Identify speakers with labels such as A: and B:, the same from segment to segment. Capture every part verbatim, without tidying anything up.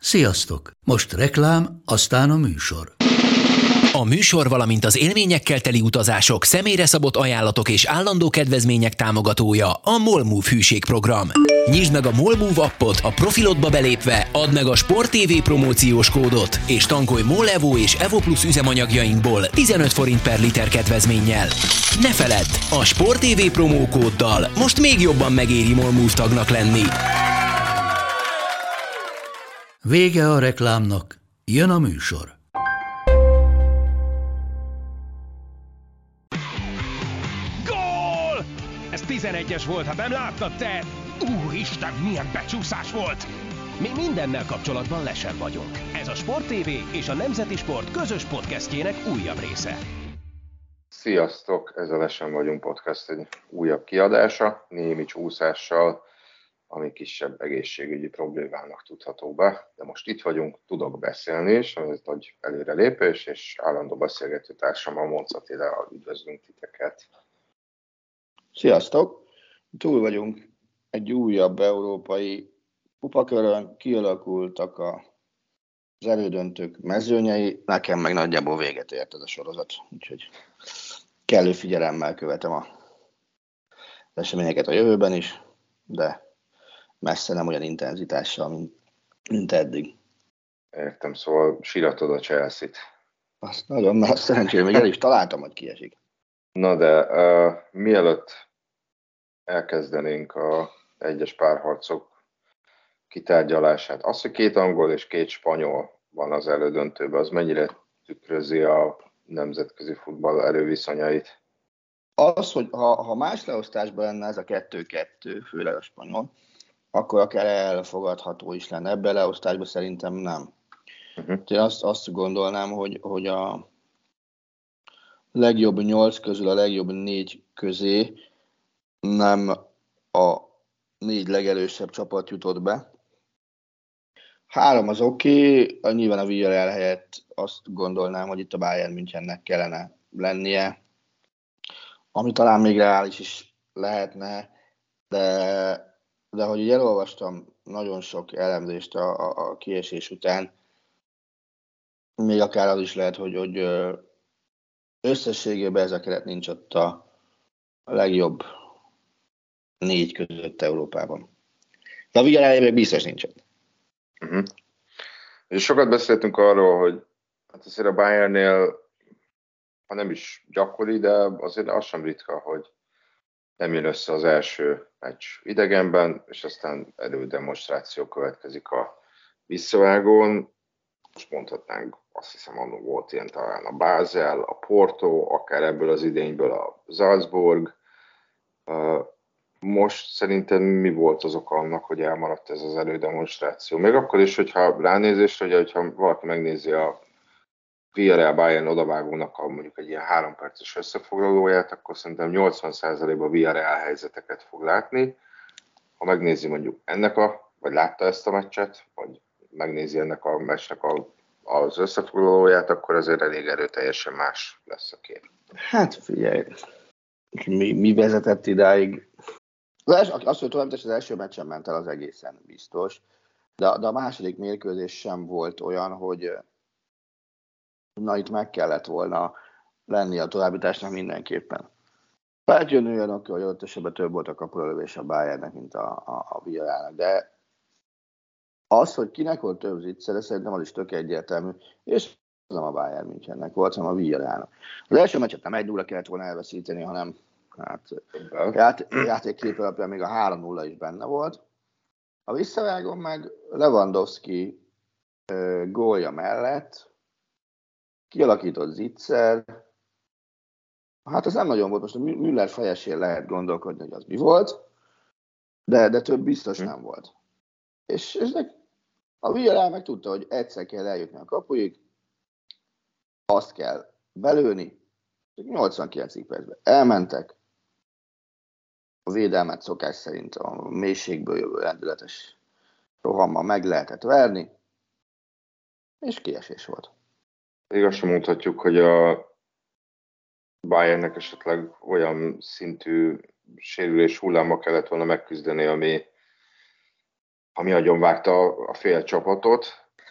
A: Sziasztok! Most reklám, aztán a műsor.
B: A műsor, valamint az élményekkel teli utazások, személyre szabott ajánlatok és állandó kedvezmények támogatója a MOLMOVE hűségprogram. Nyisd meg a MOLMOVE appot, a profilodba belépve add meg a Sport té vé promóciós kódot, és tankolj MOL Evo és Evo Plus üzemanyagjainkból tizenöt forint per liter kedvezménnyel. Ne feledd, a Sport té vé promókóddal most még jobban megéri MOLMOVE tagnak lenni.
A: Vége a reklámnak, jön a műsor.
C: Gól! Ez tizenegyes volt, ha nem láttad te! Úristen, milyen becsúszás volt! Mi mindennel kapcsolatban lesen vagyunk. Ez a Sport té vé és a Nemzeti Sport közös podcastjének újabb része.
D: Sziasztok! Ez a Lesen vagyunk podcast egy újabb kiadása, némi csúszással, ami kisebb egészségügyi problémának tudható be. De most itt vagyunk, tudok beszélni is, ez nagy előrelépés, és állandó beszélgető társam a Monc Attilával üdvözlünk titeket.
E: Sziasztok! Túl vagyunk egy újabb európai kupakörön, kialakultak az elődöntők mezőnyei, nekem meg nagyjából véget ért ez a sorozat, úgyhogy kellő figyelemmel követem a eseményeket a jövőben is, de messze nem olyan intenzitással, mint, mint eddig.
D: Értem, szóval síratod a Chelsea-t.
E: Azt nagyon, mert szerencsére még el is találtam, hogy kiesik.
D: Na de, uh, mielőtt elkezdenénk a egyes párharcok kitárgyalását, az, hogy két angol és két spanyol van az elődöntőben, az mennyire tükrözi a nemzetközi futball erőviszonyait?
E: Az, hogy ha, ha más leosztásban lenne ez a kettő-kettő, főleg a spanyol, akkor akár elfogadható is lenne. Ebben a leosztásban szerintem nem. Uh-huh. Én azt, azt gondolnám, hogy, hogy a legjobb nyolc közül a legjobb négy közé nem a négy legerősebb csapat jutott be. Három az oké, okay. Nyilván a Villarreal helyett azt gondolnám, hogy itt a Bayern Münchennek kellene lennie, ami talán még reális is lehetne, de De hogy elolvastam nagyon sok elemzést a, a, a kiesés után, még akár az is lehet, hogy, hogy összességében ez a keret nincs ott a legjobb négy között Európában. De a Villarreal biztos nincs ott.
D: Uh-huh. És sokat beszéltünk arról, hogy hát azért a Bayernnél, ha nem is gyakori, de azért az sem ritka, hogy nem jön össze az első meccs idegenben, és aztán elődemonstráció következik a visszavágón. Most mondhatnánk, azt hiszem, annól volt ilyen talán a Basel, a Porto, akár ebből az idényből a Salzburg. Most szerintem mi volt az oka annak, hogy elmaradt ez az elődemonstráció? Még akkor is, hogyha ránézésre, hogy hogyha valaki megnézi a Villarreal Bayern odavágónak a mondjuk egy ilyen három perces összefoglalóját, akkor szerintem nyolcvan százalékban Villarreal helyzeteket fog látni. Ha megnézi mondjuk ennek a, vagy látta ezt a meccset, vagy megnézi ennek a meccsnek a, az összefoglalóját, akkor azért elég erőteljesen más lesz a kép.
E: Hát figyelj, mi, mi vezetett idáig? Az, első, az, hogy tovább az első meccsen ment el, az egészen biztos, de, de a második mérkőzés sem volt olyan, hogy na itt meg kellett volna lenni a továbbításnak mindenképpen. Lehet jönni olyan, hogy ott esetben több volt a kapulölövés a Bayernnek, mint a, a, a Villarrealnak, de az, hogy kinek volt több zicsere, szerintem az is tök egyértelmű, és nem a Bayern Münchennek volt, hanem a Villarrealnak. Az első meccset nem egy nulla kellett volna elveszíteni, hanem hát, ját, játékkép alapján még a három nulla is benne volt. A visszavágón meg Lewandowski uh, gólja mellett kialakított zicser, hát az nem nagyon volt, most a Müller fejesén lehet gondolkodni, hogy az mi volt, de, de több biztos nem volt. És, és a Villarreal meg tudta, hogy egyszer kell eljutni a kapuig, azt kell belőni, nyolcvankilencig percben elmentek, a védelmet szokás szerint a mélységből jövő lendületes rohammal meg lehetett verni, és kiesés volt.
D: Igaz, sem mondhatjuk, hogy a Bayernnek esetleg olyan szintű sérülés hullámba kellett volna megküzdeni, ami, ami agyonvágta a fél csapatot.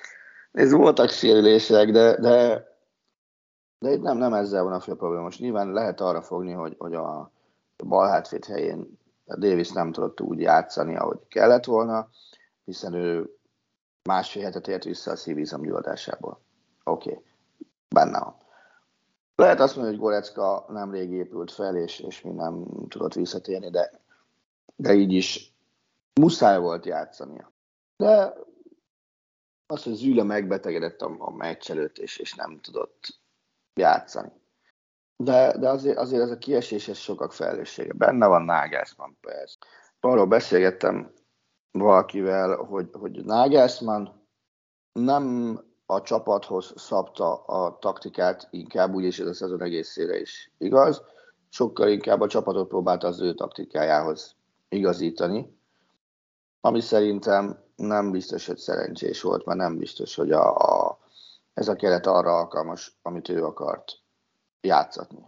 E: Ez voltak sérülések, de, de, de itt nem, nem ezzel van a fő probléma. Most nyilván lehet arra fogni, hogy, hogy a bal hátvéd helyén Davis nem tudott úgy játszani, ahogy kellett volna, hiszen ő másfél hetet ért vissza a szívizomgyulladásából. Oké, okay. Benne van. Lehet azt mondani, hogy Goretzka nemrég épült fel, és, és mi nem tudott visszatérni, de, de így is muszáj volt játszania. De az, hogy Züle megbetegedett a, a meccs előtt, és, és nem tudott játszani. De, de azért, azért ez a kiesés, ez sokak felelőssége. Benne van Nagelsmann, persze. Arról beszélgettem valakivel, hogy, hogy Nagelsmann nem a csapathoz szabta a taktikát, inkább úgy, és ez a szezon egészére is igaz, sokkal inkább a csapatot próbálta az ő taktikájához igazítani, ami szerintem nem biztos, hogy szerencsés volt, mert nem biztos, hogy a, a, ez a keret arra alkalmas, amit ő akart játszatni.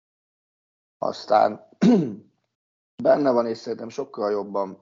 E: Aztán benne van, és szerintem sokkal jobban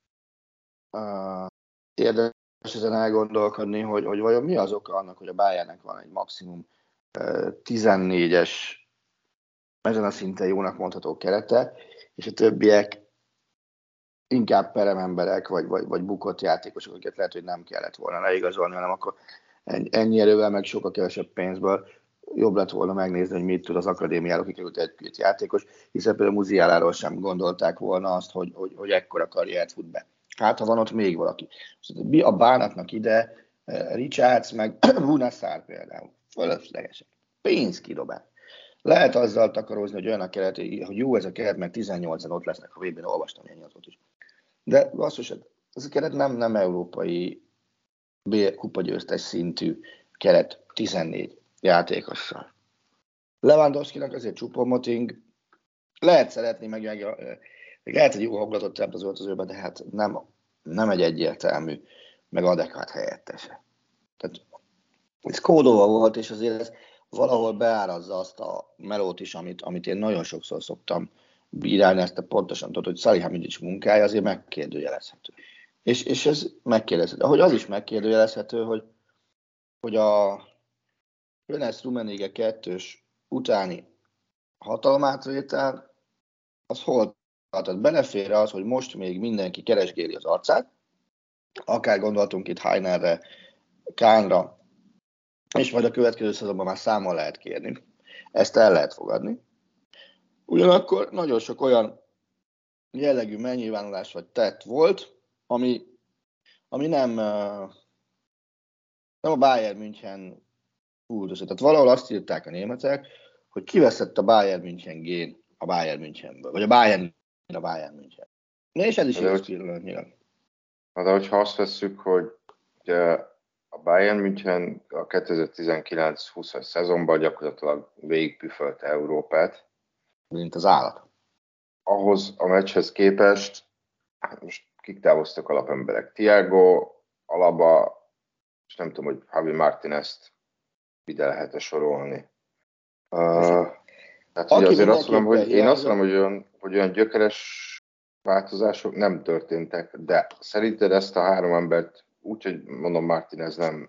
E: uh, érdemes ezen elgondolkodni, hogy, hogy vajon mi az oka annak, hogy a Bayernnek van egy maximum uh, tizennégyes, ezen a szinten jónak mondható kerete, és a többiek inkább perememberek, vagy, vagy, vagy bukott játékosok, akiket lehet, hogy nem kellett volna leigazolni, hanem akkor ennyi erővel, meg sokkal kevesebb pénzből jobb lett volna megnézni, hogy mit tud az akadémiáról kikerült egy-két játékos, hiszen például Musialáról sem gondolták volna azt, hogy, hogy, hogy ekkora karriert fut be. Hát, ha van ott még valaki. A Bánatnak ide, Richards, meg Bunassar például. Fölöslegesek. Pénzkidobás. Lehet azzal takarózni, hogy olyan a keret, hogy jó ez a keret, meg tizennyolcan ott lesznek a vébén, olvastam ennyi azot is. De basszus, ez a keret nem, nem európai kupagyőztes szintű keret, tizennégy játékossal. Lewandowskinak azért Choupo-Moting lehet szeretni, meg, meg, meg lehet egy jó hangulatot teremt az öltözőbe, de hát nem, nem egy egyértelmű, meg adekvát helyettese. Tehát ez kódolva volt, és azért ez valahol beárazza azt a melót is, amit, amit én nagyon sokszor szoktam bírálni, ezt a pontosan tudod, hogy Salihamidzic munkája azért megkérdőjelezhető. És, és ez megkérdezhető. Ahogy az is megkérdőjelezhető, hogy, hogy a Jonas Rummenigge kettős utáni hatalmátvétel, az hol tartott? Belefér az, hogy most még mindenki keresgéli az arcát, akár gondoltunk itt Heinerre, Kahnra, és majd a következő szezonban már számon lehet kérni. Ezt el lehet fogadni. Ugyanakkor nagyon sok olyan jellegű megnyilvánulás vagy tett volt, ami, ami nem, nem a Bayern München úrdozott. Tehát valahol azt írták a németek, hogy kiveszett a Bayern München gén a Bayern Münchenből, vagy a Bayern a Bayern München. És ez is igaz pillanatnyilag.
D: Na de hogyha azt vesszük, hogy ugye a Bayern München a kétezer-tizenkilenc húszas szezonban gyakorlatilag végigpüfölte Európát.
E: Mint az állat.
D: Ahhoz a meccshez képest, hát most kik távoztak alapemberek? Thiago, Alaba, és nem tudom, hogy Javi Martinez-t ide lehet-e sorolni. Uh, tehát ugye azért azt mondom, hogy én azt mondom, hogy olyan, hogy olyan gyökeres változások nem történtek, de szerinted ezt a három embert úgyhogy mondom, Martinez nem,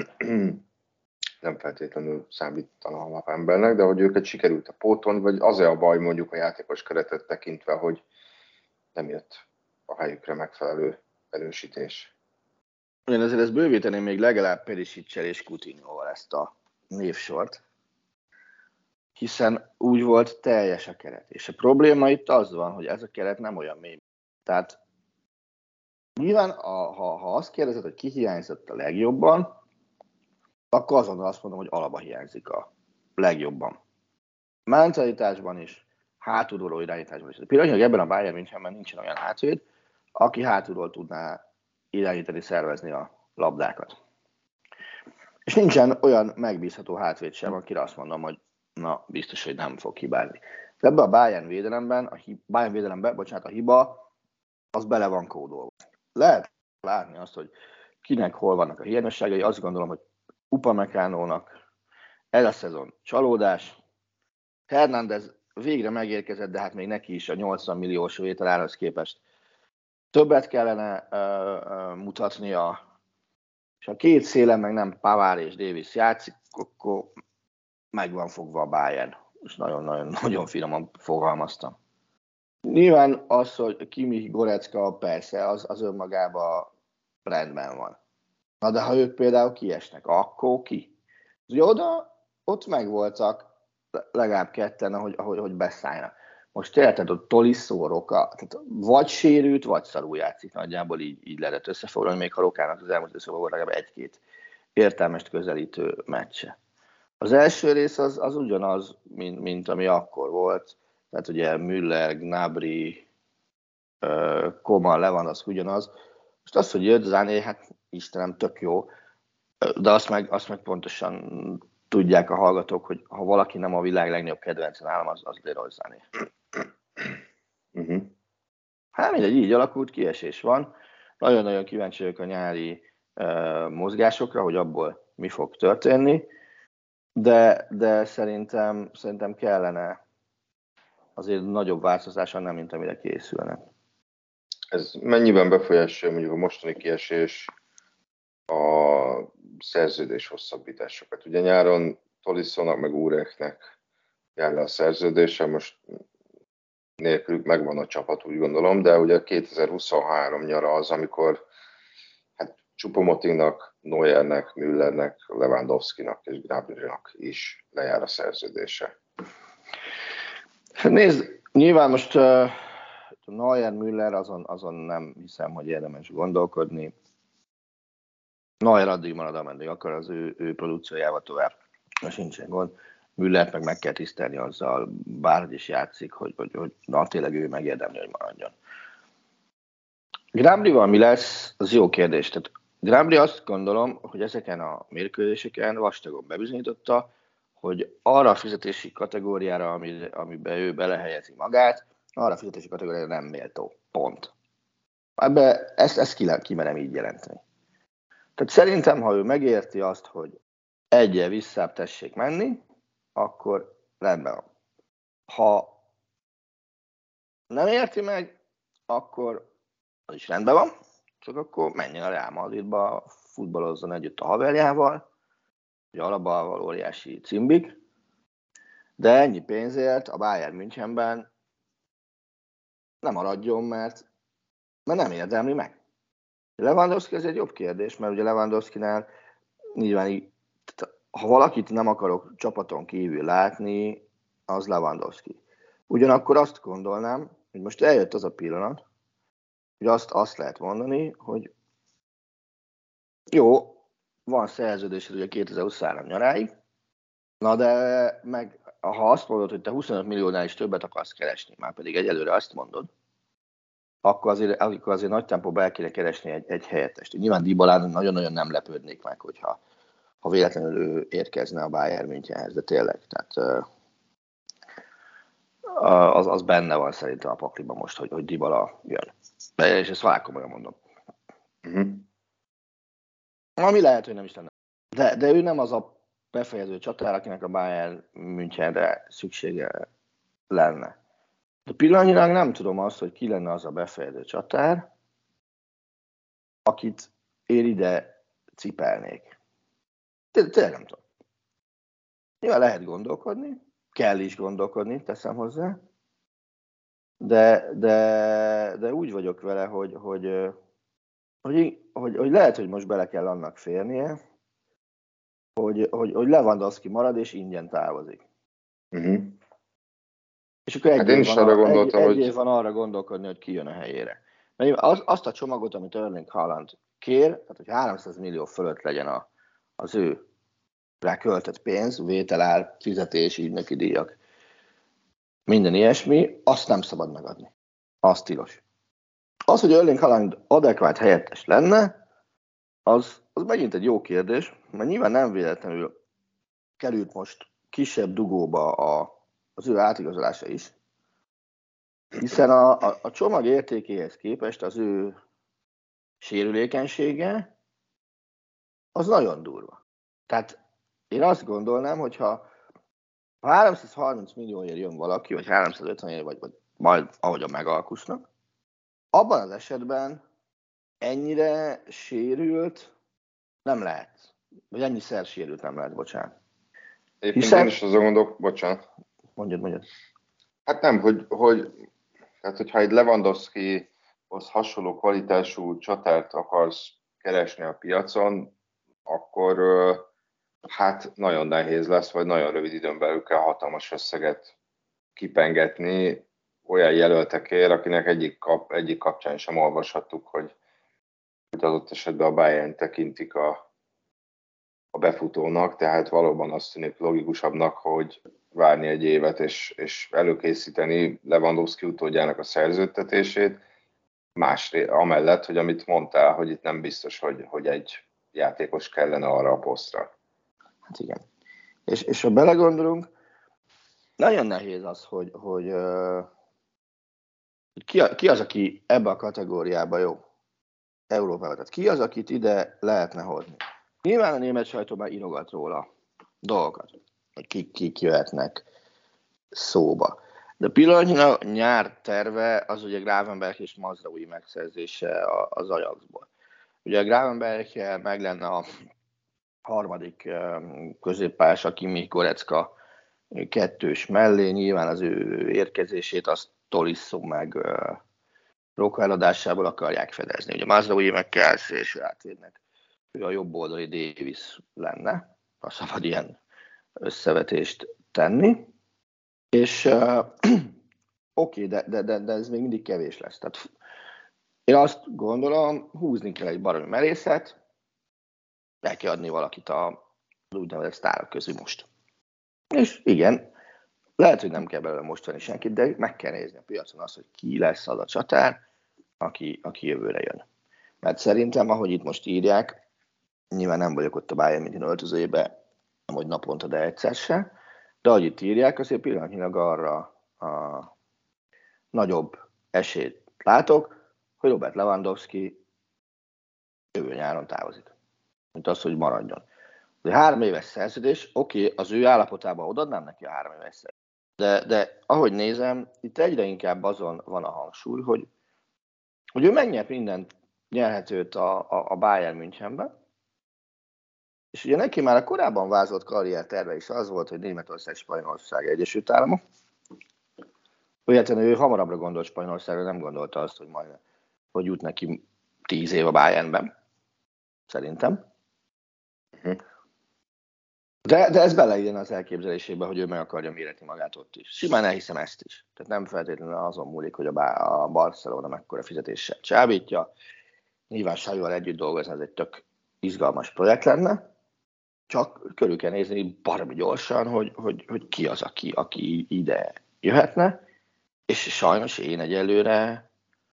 D: nem feltétlenül számítana alapembernek, de hogy őket sikerült a póton, vagy az-e a baj mondjuk a játékos keretet tekintve, hogy nem jött a helyükre megfelelő erősítés.
E: Én azért ezt bővíteném még legalább Perisic-sel és Coutinhoval ezt a névsort, hiszen úgy volt teljes a keret. És a probléma itt az van, hogy ez a keret nem olyan mély. Tehát nyilván, a, ha, ha azt kérdezed, hogy ki hiányzott a legjobban, akkor azonnal azt mondom, hogy Alaba hiányzik a legjobban. Mentalitásban is, hátulról irányításban is. Pillanatnyilag ebben a Bayern Münchenben nincsen olyan hátvéd, aki hátulról tudná irányítani, szervezni a labdákat. És nincsen olyan megbízható hátvéd sem, akire azt mondom, hogy na, biztos, hogy nem fog hibázni. Ebben a Bayern védelemben, a hi- Bayern védelemben, bocsánat, a hiba, az bele van kódolva. Lehet látni azt, hogy kinek hol vannak a hiányosságai. Azt gondolom, hogy Upamecánónak ez a szezon csalódás. Hernández végre megérkezett, de hát még neki is a nyolcvan milliós vételárhoz képest többet kellene uh, uh, mutatnia. és a két szélen meg nem Pavard és Davis játszik, akkor meg van fogva a Bayern. És nagyon-nagyon finoman fogalmaztam. Nyilván az, hogy Kimmich, Goretzka, persze, az, az önmagában rendben van. Na de ha ők például kiesnek, akkor ki? Ugye oda, ott megvoltak legalább ketten, ahogy, ahogy, ahogy beszállnak. Most érted, ott Tolisso, Roka, tehát vagy sérült, vagy szarul játszik. Nagyjából így, így lehetett összefoglalni, még ha Rokának az elmúlt időszakban volt legalább egy-két értelmest közelítő meccse. Az első rész az, az ugyanaz, mint, mint ami akkor volt. Tehát ugye Müller, Gnabry, Coman, Lewandowski ugyanaz. Most az, hogy jött Sané, hát Istenem, tök jó, de azt meg, azt meg pontosan tudják a hallgatók, hogy ha valaki nem a világ legnagyobb kedvence nálam, az, az Leroy Sané. Uh-huh. Hát mindegy, így alakult, kiesés van. Nagyon-nagyon kíváncsi vagyok a nyári uh, mozgásokra, hogy abból mi fog történni, de, de szerintem, szerintem kellene azért nagyobb változás annál, mint amire készülnek.
D: Ez mennyiben befolyásolja mondjuk a mostani kiesés a szerződés hosszabbításokat? Ugye nyáron Tolissónak meg Uhreknek jár le a szerződése, most nélkülük megvan a csapat, úgy gondolom, de ugye kétezer-huszonhárom nyara az, amikor hát Choupo-Motingnak, Neuernek, Müllernek, Lewandowskinak és Gnabrynak is lejár a szerződése.
E: Nézd, nyilván most uh, Neuer, Müller, azon, azon nem hiszem, hogy érdemes gondolkodni. Neuer addig marad, ameddig akar, az ő, ő produkciójával tovább. Most nincsen gond. Müllert meg meg kell tisztelni azzal, bárhogy is játszik, hogy, hogy, hogy na, tényleg ő megérdemli, hogy maradjon. Gnabryval mi lesz, az jó kérdés. Tehát Gnabry azt gondolom, hogy ezeken a mérkőzéseken vastagon bebizonyította, hogy arra a fizetési kategóriára, amiben ő belehelyezi magát, arra a fizetési kategóriára nem méltó. Pont. Ebbe ezt, ezt ki, ki merem így jelenteni. Tehát szerintem, ha ő megérti azt, hogy egyel visszább tessék menni, akkor rendben van. Ha nem érti meg, akkor az is rendben van, csak akkor menjen a Real Madridba, futballozzon együtt a haverjával, ugye Alabával óriási cimbik, de ennyi pénzért a Bayern Münchenben nem maradjon, mert, mert nem érdemli meg. Lewandowski ez egy jobb kérdés, mert ugye Lewandowskinál nyilván, ha valakit nem akarok csapaton kívül látni, az Lewandowski. Ugyanakkor azt gondolnám, hogy most eljött az a pillanat, hogy azt, azt lehet mondani, hogy jó, van szerződésed ugye kétezer-huszonhárom nyaráig, na de meg ha azt mondod, hogy te huszonöt milliónál is többet akarsz keresni, már pedig egyelőre azt mondod, akkor azért, akkor azért nagy tempóban el kéne keresni egy, egy helyettest. Nyilván Dybalán nagyon-nagyon nem lepődnék meg, hogyha ha véletlenül ő érkezne a Bayern Münchenhez, de tényleg, tehát az, az benne van szerintem a pakliban most, hogy, hogy Dybala jön. De, és ezt valami komolyan mondom. Uh-huh. Ami lehet, hogy nem is lenne. De, de ő nem az a befejező csatár, akinek a Bayern Münchenre szüksége lenne. De pillanatnyilag nem tudom azt, hogy ki lenne az a befejező csatár, akit én ide cipelnék. Tényleg nem tudom. Nyilván lehet gondolkodni, kell is gondolkodni, teszem hozzá, de, de, de úgy vagyok vele, hogy, hogy, hogy, hogy, hogy lehet, hogy most bele kell annak férnie, hogy, hogy, hogy Lewandowski marad és ingyen távozik. Uh-huh. És akkor egy, hát év van, arra egy, egy hogy... év van arra gondolkodni, hogy ki jön a helyére. Mert az, azt a csomagot, amit Erling Haaland kér, tehát hogy háromszáz millió fölött legyen a, az ő rá költött pénz, vételár, fizetés, ügynöki díjak, minden ilyesmi, azt nem szabad megadni. Az tilos. Az, hogy Erling Haaland adekvát helyettes lenne, az, az megint egy jó kérdés, mert nyilván nem véletlenül került most kisebb dugóba a, az ő átigazolása is, hiszen a, a, a csomag értékéhez képest az ő sérülékenysége az nagyon durva. Tehát én azt gondolnám, hogyha háromszázharminc millióért jön valaki, vagy háromszázötvenért, vagy, vagy majd ahogyan megalkusznak, abban az esetben ennyire sérült nem lehet. Vagy ennyiszer sérült nem lehet, bocsánat.
D: Éppen Hiszen... én is azon gondolok, bocsánat.
E: Mondjad, mondjad.
D: Hát nem, hogy, hogy tehát hogyha egy Lewandowskihoz hasonló kvalitású csatárt akarsz keresni a piacon, akkor hát nagyon nehéz lesz, vagy nagyon rövid időn belül kell hatalmas összeget kipengetni olyan jelöltekért, akinek egyik, kap, egyik kapcsán sem olvashattuk, hogy, hogy adott esetben a Bayern tekintik a, a befutónak, tehát valóban azt tűnik logikusabbnak, hogy várni egy évet és, és előkészíteni Lewandowski utódjának a szerződtetését, másrészt amellett, hogy amit mondtál, hogy itt nem biztos, hogy, hogy egy játékos kellene arra a posztra.
E: Hát igen. És, és ha belegondolunk, nagyon nehéz az, hogy, hogy uh, ki, ki az, aki ebbe a kategóriába jó Európában. Tehát ki az, akit ide lehetne hozni. Nyilván a német sajtó már írogat róla dolgokat, hogy kik ki jöhetnek szóba. De pillanatnyilag nyár terve az ugye Gravenberch és Mazraoui megszerzése az Ajaxból. Ugye a Gravenberch meg lenne a harmadik középpályás, a Kimi Goretzka kettős mellé, nyilván az ő érkezését azt Tolisso meg uh, Rocco eladásából akarják fedezni. Ugye Mazraoui meg kell szélső átvédnek. Ő a jobb oldali Davis lenne, ha szabad ilyen összevetést tenni. És uh, oké, okay, de, de, de, de ez még mindig kevés lesz. Tehát én azt gondolom, húzni kell egy baromi merészet, el kell adni valakit a úgynevezett sztárok közül most. És igen, lehet, hogy nem kell belőle most venni senkit, de meg kell nézni a piacon azt, hogy ki lesz az a csatár, aki, aki jövőre jön. Mert szerintem, ahogy itt most írják, nyilván nem vagyok ott a Bayern München öltözőjében, nem hogy naponta, de egyszer se, de ahogy itt írják, azért pillanatnyilag arra a nagyobb esélyt látok, hogy Robert Lewandowski jövő nyáron távozik. Mint az, hogy maradjon. A három éves szerződés, oké, okay, az ő állapotában odaadnám neki a három éves szerződést. De, de ahogy nézem, itt egyre inkább azon van a hangsúly, hogy, hogy ő megnyert mindent nyerhetőt a, a, a Bayern Münchenben, és ugye neki már a korábban vázolt karrierterve is az volt, hogy Németország, Spanyolország, Egyesült Államok. Ugyan ő hamarabbra gondolt Spanyolországra, nem gondolta azt, hogy majd hogy jut neki tíz év a Bayernben. Szerintem. Uh-huh. De, de ez beleírjon az elképzelésébe, hogy ő meg akarja méretni magát ott is. Simán elhiszem ezt is. Tehát nem feltétlenül azon múlik, hogy a, a Barcelona mekkora fizetéssel csábítja. Nyilván Xavival együtt dolgozni, ez egy tök izgalmas projekt lenne. Csak körül kell nézni baromi gyorsan, hogy, hogy, hogy ki az, aki, aki ide jöhetne. És sajnos én egyelőre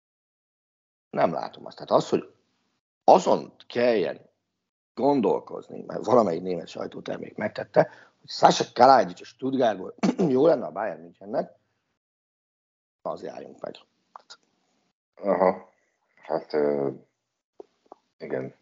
E: nem látom azt. Tehát az, hogy azon kelljen gondolkozni, mert valamelyik német sajtótermék megtette, hogy Sasha Kalajdzic a Stuttgartból jó lenne a Bayern Münchennek, az járjunk meg.
D: Aha, hát uh, igen.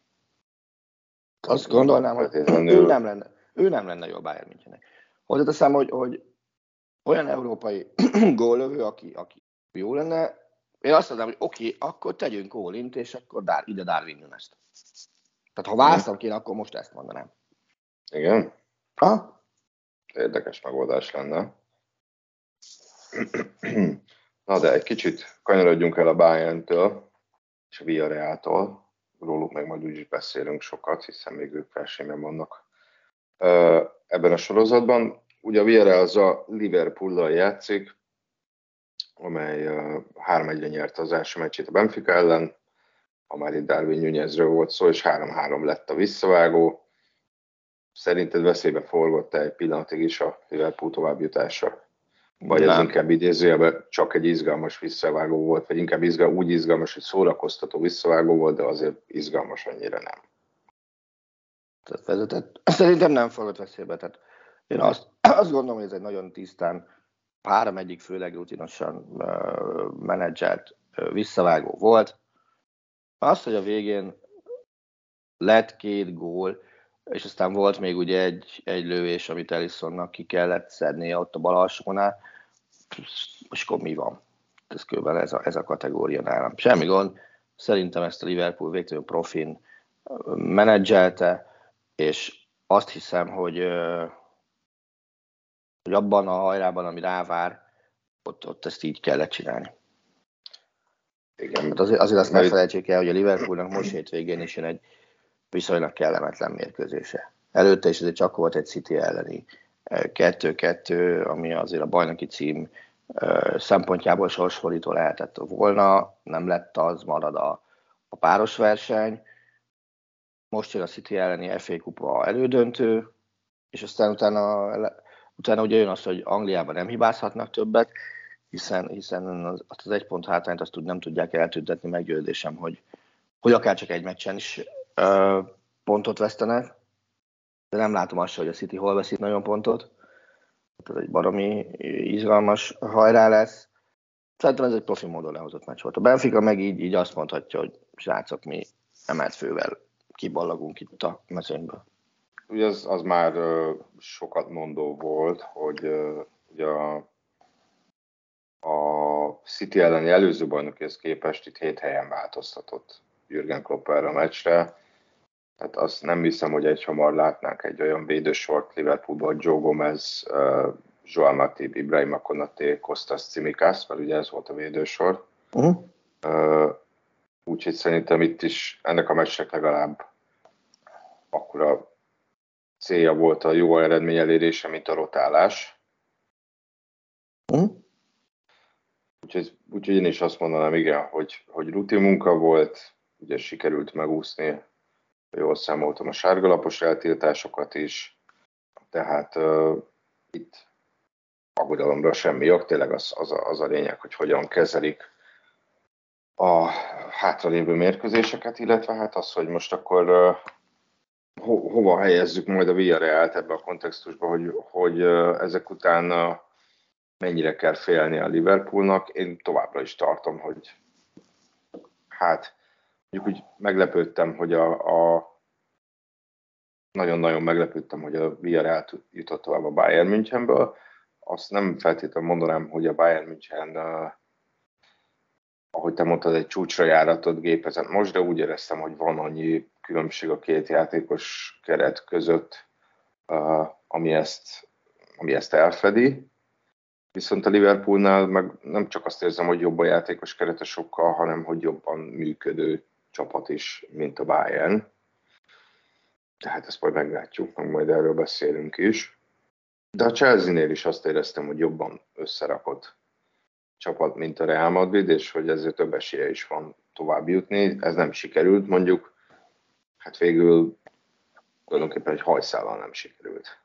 E: Azt gondolnám, hogy ő nem lenne, ő nem lenne jó a Bayern Münchennek. Hozzáteszem, hogy, hogy olyan európai góllövő, aki, aki jó lenne, én azt mondanám, hogy oké, okay, akkor tegyünk all-int, és akkor Dar, ide Darwin Núñezt. Tehát ha választom kéne, akkor most ezt mondanám.
D: Igen?
E: Ha?
D: Érdekes megoldás lenne. Na de egy kicsit kanyarodjunk el a Bayerntől és a Villarrealtól. Róluk meg majd úgyis beszélünk sokat, hiszen még ők versenyben vannak ebben a sorozatban. Ugye a Villarreal az a Liverpoollal játszik, amely három egyre nyerte az első meccsét a Benfica ellen, ha már itt Darwin Núñezről volt szó, és három három lett a visszavágó. Szerinted veszélybe forgott-e egy pillanatig is a Liverpool továbbjutása? Vagy nem. Ez inkább idézőjelben csak egy izgalmas visszavágó volt, vagy inkább izgal, úgy izgalmas, hogy szórakoztató visszavágó volt, de azért izgalmas annyira nem.
E: Tehát vezetett. Szerintem nem forgott veszélybe. Tehát én azt, azt gondolom, hogy ez egy nagyon tisztán, három egyik főleg rutinosan uh, menedzselt uh, visszavágó volt. Az, hogy a végén lett két gól, és aztán volt még ugye egy, egy lövés, amit Alissonnak ki kellett szednie ott a bal alsónál, és akkor mi van? Ez körülbelül ez a, ez a kategória nálam. Semmi gond, szerintem ezt a Liverpool végtelen profin menedzselte, és azt hiszem, hogy, hogy abban a hajrában, ami rávár, ott, ott ezt így kellett csinálni. Igen. Hát azért, azért azt ne felejtsék el, hogy a Liverpoolnak most hétvégén is jön egy viszonylag kellemetlen mérkőzése. Előtte is azért csak volt egy City elleni kettő-kettő, ami azért a bajnoki cím szempontjából sorsfordító lehetett volna, nem lett az, marad a, a páros verseny. Most jön a City elleni ef á kupa elődöntő, és aztán utána, utána ugye jön az, hogy Angliában nem hibázhatnak többet, hiszen, hiszen az, azt az egy pont hátrányt azt nem tudják eltüntetni, meggyőződésem, hogy, hogy akár csak egy meccsen is ö, pontot vesztenek, de nem látom azt, hogy a City hol veszít nagyon pontot. Ez egy baromi izgalmas hajrá lesz. Szerintem ez egy profi módon lehozott meccs volt. A Benfica meg így, így azt mondhatja, hogy srácok, mi emelt fővel kiballagunk itt a mezőnyből.
D: Ugye az, az már uh, sokat mondó volt, hogy uh, ugye a, a City elleni előző bajnokihez képest itt hét helyen változtatott Jürgen Klopp erre a meccsre. Tehát azt nem hiszem, hogy egy hamar látnánk egy olyan védősort Liverpoolban, Joe Gomez, uh, Joel Matip, Ibrahima Konaté, Kostas Tsimikas, mert ugye ez volt a védősor. Uh-huh. Uh, úgyhogy szerintem itt is ennek a meccsnek legalább akkora célja volt a jó eredmény elérése, mint a rotálás. Uh-huh. Úgyhogy, úgyhogy én is azt mondanám, igen, hogy, hogy rutin munka volt, ugye sikerült megúszni, jól számoltam a sárgalapos eltiltásokat is, tehát uh, itt aggodalomra semmi jog, tényleg az, az, a, az a lényeg, hogy hogyan kezelik a hátralévő mérkőzéseket, illetve hát az, hogy most akkor uh, ho, hova helyezzük majd a Villarrealt ebbe a kontextusba, hogy, hogy uh, ezek után uh, mennyire kell félni a Liverpoolnak. Én továbbra is tartom, hogy hát mondjuk úgy meglepődtem, hogy a, a nagyon-nagyon meglepődtem, hogy a Villarreal jutott tovább a Bayern Münchenből. Azt nem feltétlenül mondanám, hogy a Bayern München, uh, ahogy te mondtad, egy csúcsra járatott gépezet most, de úgy éreztem, hogy van annyi különbség a két játékos keret között, uh, ami, ezt, ami ezt elfedi. Viszont a Liverpoolnál meg nem csak azt érzem, hogy jobb a játékos kerete sokkal, hanem hogy jobban működő csapat is, mint a Bayern. Tehát ezt majd meglátjuk, meg majd erről beszélünk is. De a Chelsea-nél is azt éreztem, hogy jobban összerakott csapat, mint a Real Madrid, és hogy ezért több esélye is van tovább jutni. Ez nem sikerült, mondjuk, hát végül tulajdonképpen egy hajszállal nem sikerült.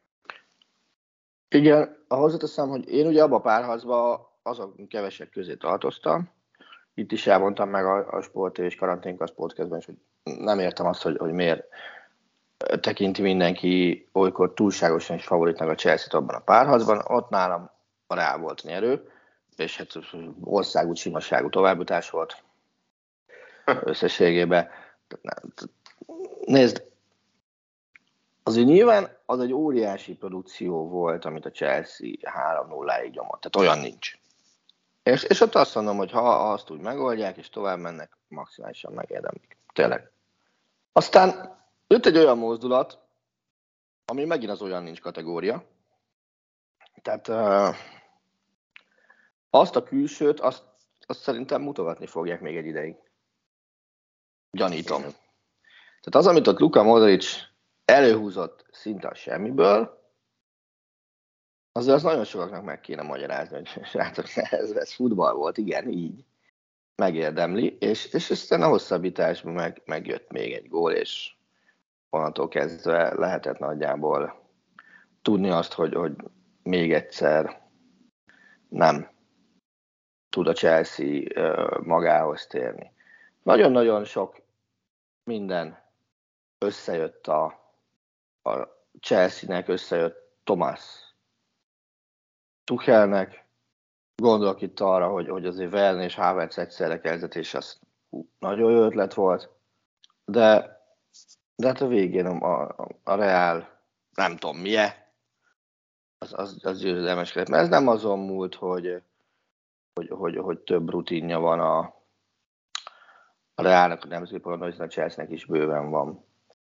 E: Igen, ahhoz teszem, hogy én ugye abba a párharcban azok kevesek közé tartoztam. Itt is elmondtam meg a, a Sport és Karanténkasz podcastben, hogy nem értem azt, hogy, hogy miért tekinti mindenki olykor túlságosan is favoritnak a Chelsea-t abban a párharcban. Ott nálam a Real volt nyerő, és hát országút, simaságú továbbjutás volt összességében. Nézd, azért nyilván az egy óriási produkció volt, amit a Chelsea három nulláig nyomott. Tehát olyan nincs. És, és ott azt mondom, hogy ha azt úgy megoldják, és tovább mennek, maximálisan megérdemlik. Tényleg. Aztán jött egy olyan mozdulat, ami megint az olyan nincs kategória. Tehát uh, azt a külsőt, azt, azt szerintem mutogatni fogják még egy ideig. Gyanítom. Tehát az, amit ott Luka Modric előhúzott szinte a semmiből, azért az nagyon sokaknak meg kéne magyarázni, hogy srácok, ez, ez futball volt, igen, így. Megérdemli, és, és aztán a hosszabbításban meg, megjött még egy gól, és onnantól kezdve lehetett nagyjából tudni azt, hogy, hogy még egyszer nem tud a Chelsea magához térni. Nagyon-nagyon sok minden összejött a, a Chelsea-nek, összejött Thomas Tuchelnek. Gondolok itt arra, hogy, hogy azért Werner és Havertz egyszerre kezdetés, az nagyon jó ötlet volt, de, de hát a végén a, a, a Real, nem tudom milyen, az, az, az győzedelmeskedett. Mert ez nem azon múlt, hogy, hogy, hogy, hogy több rutinja van a, a Realnak, a nemzeti porondon, hiszen a Chelsea-nek is bőven van.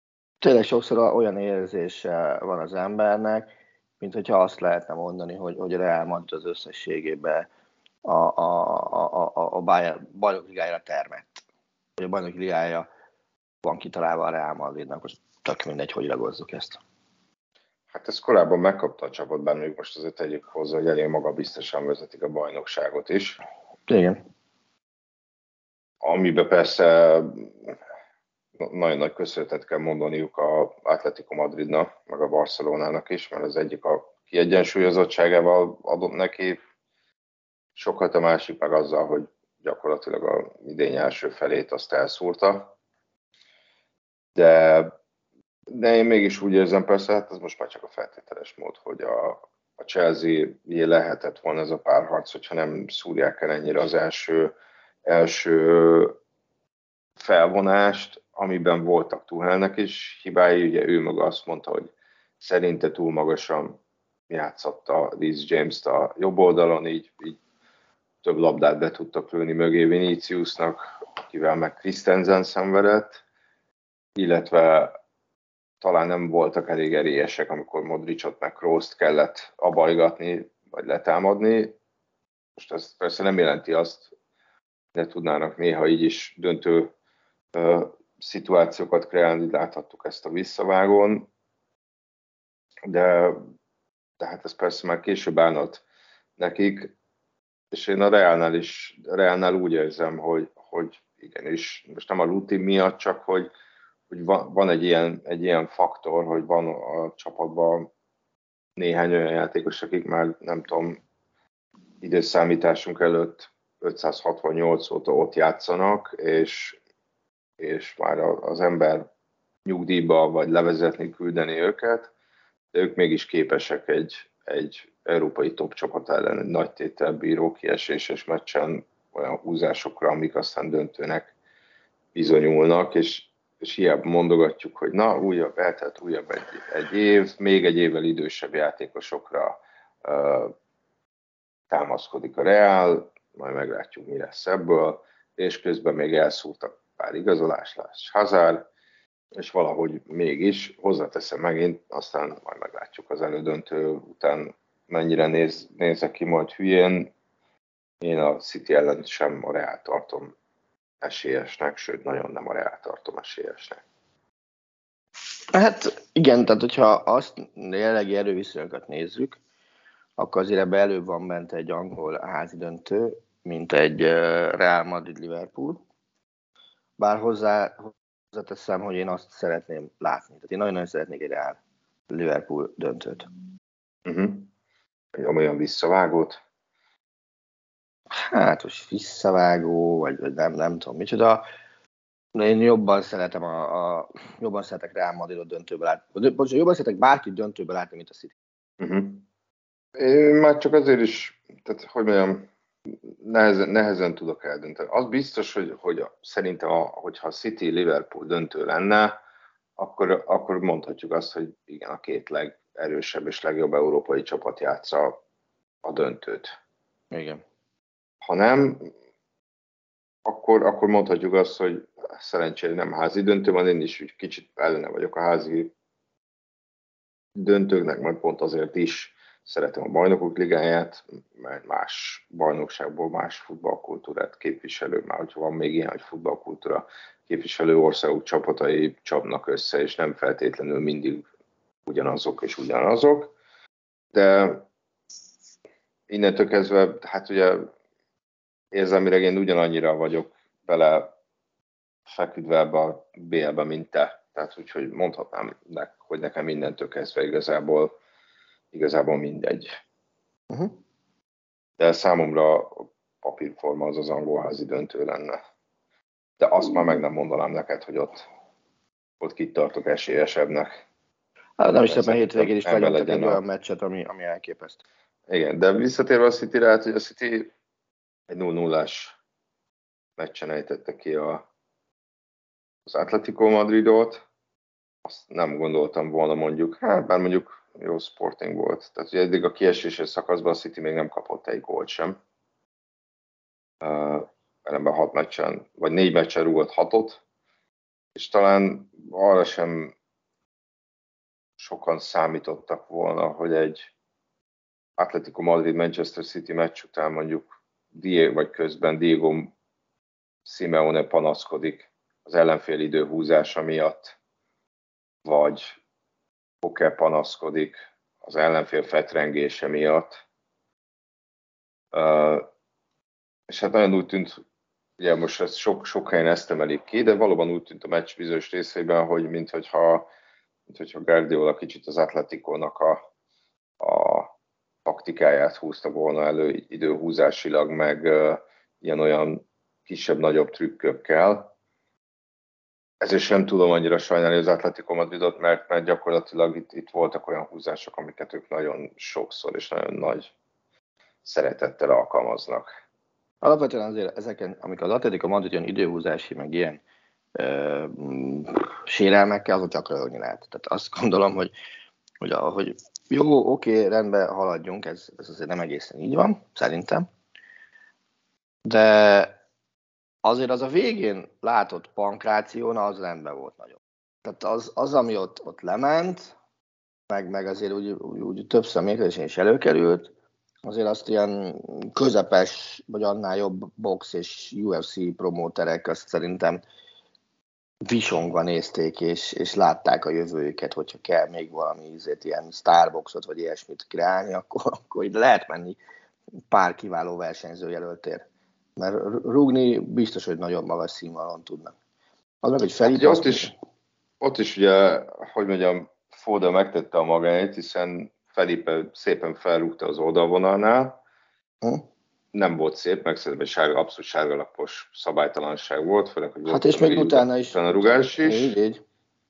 E: Tényleg sokszor olyan érzése van az embernek, mint hogyha azt lehetne mondani, hogy, hogy Real Madrid az összességében a, a, a, a, a bajnok ligájára termett. Hogy a bajnok ligája van kitalálva a Real Madridnak, most tök mindegy, hogy ragozzuk ezt.
D: Hát ez korábban megkapta a csapat, bár még most azért tegyük hozzá, hogy elég magabiztosan vezetik a bajnokságot is.
E: Igen.
D: Amiben persze nagyon nagy köszönetet kell mondaniuk az Atletico Madridnak, meg a Barcelonának is, mert az egyik a kiegyensúlyozottságával adott neki sokat, a másik meg azzal, hogy gyakorlatilag a idény első felét azt elszúrta. De, de én mégis úgy érzem, persze, hát ez most már csak a feltételes mód, hogy a, a Chelsea lehetett volna ez a párharc, hogyha nem szúrják el ennyire az első, első felvonást, amiben voltak Tuchelnek is hibái, ugye ő maga azt mondta, hogy szerinte túl magasan játszotta Reece James-t a jobb oldalon, így, így több labdát be tudtak lőni mögé Viniciusnak, akivel meg Christensen szenvedett, illetve talán nem voltak elég erélyesek, amikor Modricot meg Krooszt kellett abajgatni, vagy letámadni. Most ez persze nem jelenti azt, de tudnának néha így is döntő uh, szituációkat kreálni, láthattuk ezt a visszavágón, de, de hát ez persze már később állnott nekik, és én a Realnál is, a Realnál úgy érzem, hogy, hogy igenis, most nem a rutin miatt, csak hogy, hogy van, van egy, ilyen, egy ilyen faktor, hogy van a csapatban néhány olyan játékos, akik már nem tudom, időszámításunk előtt ötszázhatvannyolc óta ott játszanak, és, és már az ember nyugdíjba vagy levezetni, küldeni őket, de ők mégis képesek egy, egy európai top csapat ellen egy nagy tétel bíró kieséses meccsen olyan húzásokra, amik aztán döntőnek bizonyulnak, és, és hiába mondogatjuk, hogy na, újabb, eltelt újabb egy, egy év, még egy évvel idősebb játékosokra uh, támaszkodik a Real, majd meglátjuk, mi lesz ebből, és közben még elszúrtak pár igazolás, lesz Hazard, és valahogy mégis hozzáteszem megint, aztán majd meglátjuk az elődöntő után, mennyire néz, nézek ki majd hülyén. Én a City ellen sem a Real tartom esélyesnek, sőt, nagyon nem a Real tartom esélyesnek.
E: Hát igen, tehát hogyha azt jelenlegi erőviszonyokat nézzük, akkor azért ebbe előbb van bent egy angol házi döntő, mint egy Real Madrid-Liverpool. Bár hozzá, hozzáteszem, hogy én azt szeretném látni. Tehát én nagyon-nagyon szeretnék egy Real Liverpool döntőt.
D: Uh-huh. Egy olyan visszavágót?
E: Hát most visszavágó, vagy, vagy nem, nem tudom micsoda. Én jobban szeretem a, a jobban szeretek Real Madridot döntőbe látni. Bocsánat, jobban szeretek bárkit döntőbe látni, mint a City.
D: Uh-huh. Én már csak azért is, tehát hogy mondjam, nehezen, nehezen tudok eldönteni. Az biztos, hogy, hogy szerintem, a, hogyha a City-Liverpool döntő lenne, akkor, akkor mondhatjuk azt, hogy igen, a két legerősebb és legjobb európai csapat játsza a döntőt.
E: Igen.
D: Ha nem, akkor, akkor mondhatjuk azt, hogy szerencsére nem házi döntő van, én is kicsit ellene vagyok a házi döntőknek, majd pont azért is szeretem a bajnokok ligáját, mert más bajnokságból más futballkultúrát képviselő, már hogyha van még ilyen, hogy futballkultúra képviselő országok csapatai csapnak össze, és nem feltétlenül mindig ugyanazok és ugyanazok. De innentől kezdve, hát ugye érzelmileg én ugyanannyira vagyok bele feküdve ebbe a bé el-be, mint te. Tehát úgyhogy mondhatnám, hogy nekem mindentől kezdve igazából Igazából mindegy. Uh-huh. De számomra a papírforma az az angolházi döntő lenne. De azt már meg nem mondanám neked, hogy ott, ott kit tartok esélyesebbnek.
E: Hát nem is szépen hétvégén is lenyomtak egy olyan meccset, ami, ami elképesztő.
D: Igen, de visszatérve a Cityre, hát, hogy a City egy nulla nullás meccsen ejtette ki a, az Atletico Madridot. Azt nem gondoltam volna mondjuk, hát bár mondjuk jó Sporting volt. Tehát ugye eddig a kieséses szakaszban a City még nem kapott egy gólt sem. Uh, ellenben hat meccsen, vagy négy meccsen rúgott hatot, és talán arra sem sokan számítottak volna, hogy egy Atletico Madrid-Manchester City meccs után mondjuk Diego, vagy közben Diego Simeone panaszkodik az ellenfél időhúzása miatt, vagy Koke panaszkodik az ellenfél fetrengése miatt. Uh, és hát nagyon úgy tűnt, ugye most ezt sok, sok helyen ezt emelik ki, de valóban úgy tűnt a meccs bizonyos részeiben, hogy minthogyha, minthogyha Guardiola kicsit az Atleticónak a, a taktikáját húzta volna elő időhúzásilag, meg uh, ilyen-olyan kisebb-nagyobb trükkökkel. Ezért sem tudom annyira sajnálni az Atletico Madridot, mert, mert gyakorlatilag itt, itt voltak olyan húzások, amiket ők nagyon sokszor és nagyon nagy szeretettel alkalmaznak.
E: Alapvetően azért ezeken, amikor az Atletico Madrid jön időhúzási, meg ilyen ö, sérelmekkel, azon csak röhögni lehet. Tehát azt gondolom, hogy, hogy, hogy jó, oké, rendben, haladjunk, ez, ez azért nem egészen így van, szerintem. De azért az a végén látott pankráción, az rendben volt nagyon. Tehát az, az ami ott, ott lement, meg, meg azért úgy, úgy, úgy többször mérkőzésen is előkerült, azért azt ilyen közepes, vagy annál jobb box és u ef cé promóterek azt szerintem visongva nézték, és, és látták a jövőjüket, hogyha kell még valami ízét, ilyen starboxot, vagy ilyesmit kreálni, akkor, akkor így lehet menni pár kiváló versenyzőjelöltért. Mert rúgni biztos, hogy nagyon magas színvonalon tudnak. Az meg, hogy Felipe...
D: Hát, ott, is, ott is ugye, hogy mondjam, Foden megtette a magáét, hiszen Felipe szépen felrúgta az oldalvonalnál. Hm? Nem volt szép, meg szerintem egy sárga, abszolút sárgalapos szabálytalanság volt, főleg, hogy
E: hát és még utána is.
D: Utána rugás is.
E: Így, így.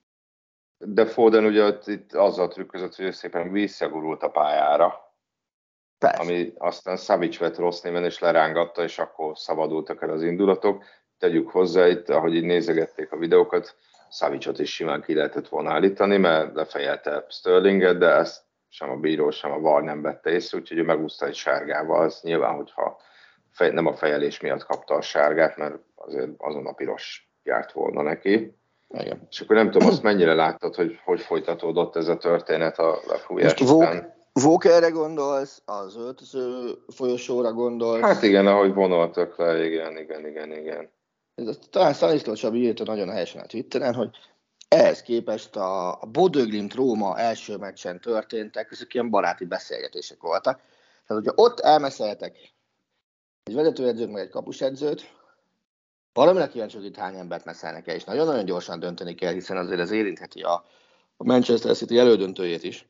D: De Foden ugye itt azzal trükközött, hogy szépen visszagurult a pályára. Persze. Ami aztán Savic vett rossz néven, és lerángatta, és akkor szabadultak el az indulatok. Tegyük hozzá itt, ahogy így nézegették a videókat, Savicot is simán ki lehetett volna állítani, mert lefejelte Sterlinget, de ezt sem a bíró, sem a VAR nem vette észre, úgyhogy ő megúszta egy sárgával. Az nyilván, hogyha fej, nem a fejelés miatt kapta a sárgát, mert azért azon a piros járt volna neki. Igen. És akkor nem tudom, azt mennyire láttad, hogy hogy folytatódott ez a történet a lefújás után.
E: Walkerre gondolsz, az öltöző folyosóra gondolsz?
D: Hát igen, ahogy vonultak le, igen, igen, igen, igen.
E: Ez talán Szaniszló Csabi írta nagyon helyesen a Twitteren, hogy ehhez képest a, a Bodø Glimt Róma első meccsen történtek, ezek ilyen baráti beszélgetések voltak. Tehát, hogyha ott elmeszeltek egy vezetőedzőt, meg egy kapusedzőt, valamire kíváncsi, hogy itt hány embert meszelnek el, és nagyon-nagyon gyorsan dönteni kell, hiszen azért ez érintheti a, a Manchester City elődöntőjét is.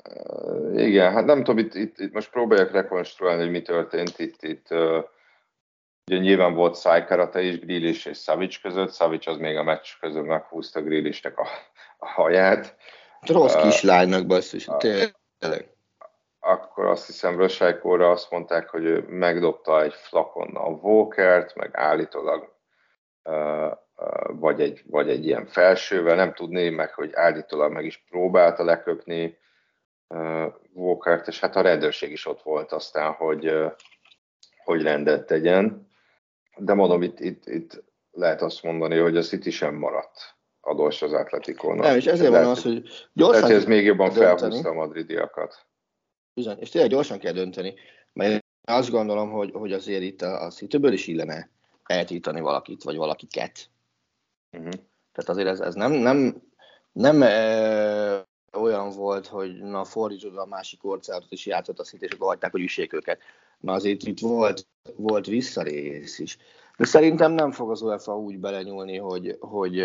D: Uh, igen, hát nem tudom, itt, itt, itt most próbálják rekonstruálni, hogy mi történt. Itt, itt uh, ugye nyilván volt szájkarate is Grealish és Savic között, Savic az még a meccs között meghúzta Grealishnek a, a haját.
E: Rossz uh, kislánynak basszus, uh, tényleg.
D: Akkor azt hiszem Rösejkóra azt mondták, hogy ő megdobta egy flakonnal Walkert, meg állítólag uh, uh, vagy, egy, vagy egy ilyen felsővel, nem tudni, meg hogy állítólag meg is próbálta leköpni uh, Walkert, és hát a rendőrség is ott volt aztán, hogy, uh, hogy rendet tegyen. De mondom, itt, itt, itt lehet azt mondani, hogy a City sem maradt adós az Atleticónak.
E: Nem, és ezért van az, hogy gyorsan
D: lehet, ez még jobban felhúzta a madridiakat.
E: Bizony, és tényleg gyorsan kell dönteni, mert én azt gondolom, hogy, hogy azért itt a, a Cityből is illene eltiltani valakit, vagy valakiket. Uh-huh. Tehát azért ez, ez nem, nem, nem e, olyan volt, hogy na fordítsod a másik orcátot is játszott a City, és akkor hagyták, hogy üssék őket. Na azért itt volt, volt visszarész is. De szerintem nem fog az UEFA úgy belenyúlni, hogy, hogy,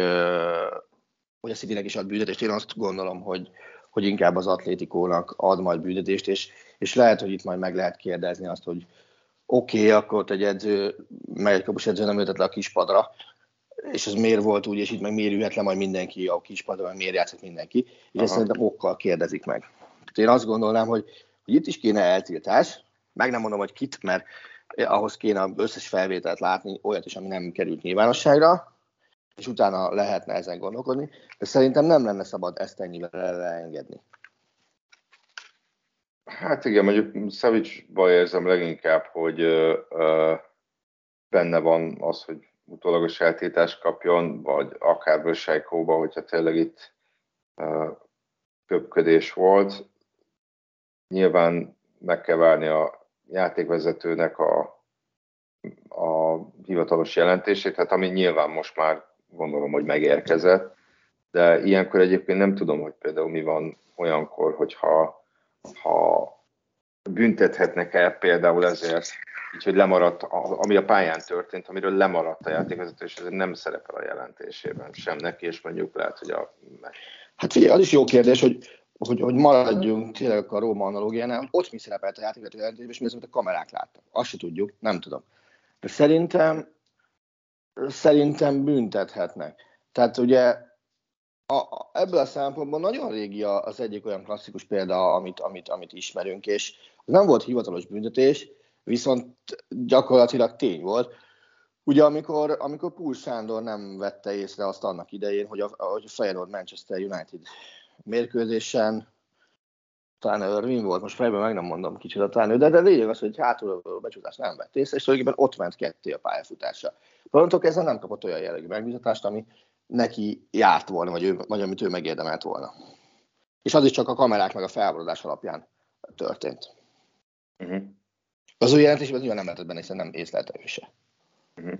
E: hogy a Citynek is ad büntetést. Én azt gondolom, hogy, hogy inkább az Atlétikónak ad majd büntetést, és, és lehet, hogy itt majd meg lehet kérdezni azt, hogy oké, okay, akkor ott egy edző, meg egy kapus edző nem ültet le a kispadra, és ez miért volt úgy, és itt meg miért ülhet le majd mindenki a kispadra, meg miért játszik mindenki, és Aha. ezt szerintem okkal kérdezik meg. Tehát én azt gondolnám, hogy, hogy itt is kéne eltiltás, meg nem mondom, hogy kit, mert ahhoz kéne az összes felvételt látni, olyat is, ami nem került nyilvánosságra, és utána lehetne ezen gondolkodni, de szerintem nem lenne szabad ezt ennyivel elengedni.
D: Hát igen, mondjuk Savicba érzem leginkább, hogy ö, ö, benne van az, hogy utólagos eltiltást kapjon, vagy akár Bösejkóba, hogyha tényleg itt ö, köpködés volt. Nyilván meg kell várni a játékvezetőnek a, a hivatalos jelentését, hát ami nyilván most már gondolom, hogy megérkezett, de ilyenkor egyébként nem tudom, hogy például mi van olyankor, hogyha ha büntethetnek-e például ezért, így, hogy lemaradt, ami a pályán történt, amiről lemaradt a játékvezető, és ez nem szerepel a jelentésében sem neki, és mondjuk lehet, hogy a...
E: Hát figyelj, az is jó kérdés, hogy, hogy, hogy maradjunk tényleg a Róma analógiánál, hogy ott mi szerepelt a játékvezető jelentésben, és mi az, amit a kamerák láttak. Azt se tudjuk, nem tudom. De szerintem, szerintem büntethetnek. Tehát ugye a, a, ebből a szempontból nagyon régi az egyik olyan klasszikus példa, amit, amit, amit ismerünk, és nem volt hivatalos büntetés, viszont gyakorlatilag tény volt. Ugye amikor, amikor Púl Sándor nem vette észre azt annak idején, hogy a, hogy a Feyenoord Manchester United mérkőzésen, talán Irving volt, most fejben meg nem mondom kicsit, talán ő, de, de lényeg az, hogy hátulról becsúszást nem vett észre, és tulajdonképpen ott ment ketté a pályafutása. Pronto kezdve nem kapott olyan jellegű megbízatást, ami neki járt volna, vagy, ő, vagy amit ő megérdemelt volna. És az is csak a kamerák meg a felborodás alapján történt.
D: Uh-huh.
E: Az ő jelentésben nyilván nem lehetett benne, hiszen nem észlelte ő se.
D: Uh-huh.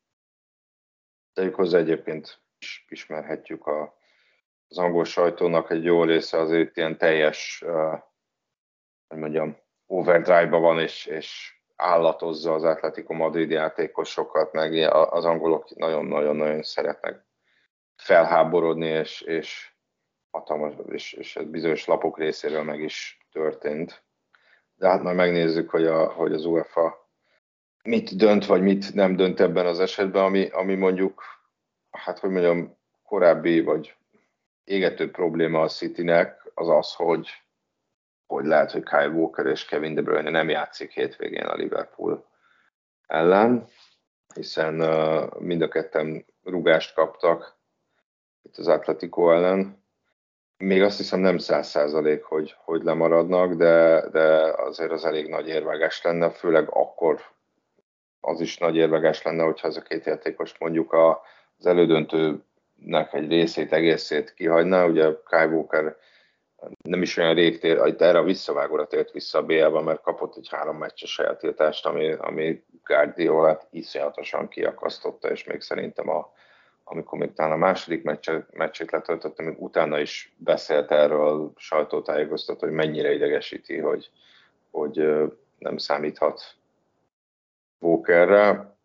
D: Tegyük hozzá egyébként is ismerhetjük a, az angol sajtónak egy jó része azért ilyen teljes, uh, hogy mondjam, overdrive-ban van, és, és állatozza az Atletico Madrid játékosokat, meg az angolok nagyon-nagyon-nagyon szeretnek felháborodni, és, és hatalmas, és, és bizonyos lapok részéről meg is történt. De hát majd megnézzük, hogy, a, hogy az UEFA mit dönt, vagy mit nem dönt ebben az esetben, ami, ami mondjuk, hát hogy mondjam, korábbi, vagy égető probléma a Citynek az az, hogy, hogy lehet, hogy Kyle Walker és Kevin De Bruyne nem játszik hétvégén a Liverpool ellen, hiszen uh, mind a ketten rúgást kaptak itt az Atletico ellen. Még azt hiszem nem száz százalék, hogy, hogy lemaradnak, de, de azért az elég nagy érvágás lenne, főleg akkor az is nagy érvágás lenne, hogyha az a két játékos mondjuk a, az elődöntőnek egy részét, egészét kihagyná. Ugye Kyle Walker nem is olyan rég tér, erre a visszavágóra tért vissza a bé el-ben, mert kapott egy három meccses eltiltást, ami, ami Guardiolát iszonyatosan kiakasztotta, és még szerintem a amikor még talán a második meccset, meccsét letöltötte, még utána is beszélt erről, sajtótájékoztató, hogy mennyire idegesíti, hogy, hogy nem számíthat Walkerre.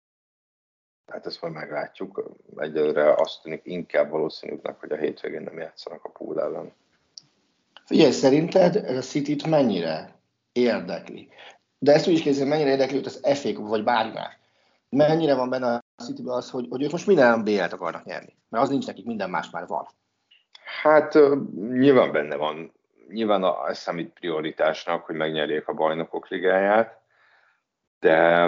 D: Hát ezt majd meglátjuk. Egyelőre azt tűnik inkább valószínűbbnek, hogy a hétvégén nem játszanak a Pool ellen.
E: Figyelj, szerinted ez a Cityt mennyire érdekli? De ezt úgy is kérdezni, mennyire érdekli őt az ef á vagy bármi más? Mennyire van benne a Cityben az, hogy, hogy ők most minden bé el-t akarnak nyerni? Mert az nincs nekik, minden más már van.
D: Hát nyilván benne van. Nyilván ez számít prioritásnak, hogy megnyerjék a Bajnokok Ligáját, de,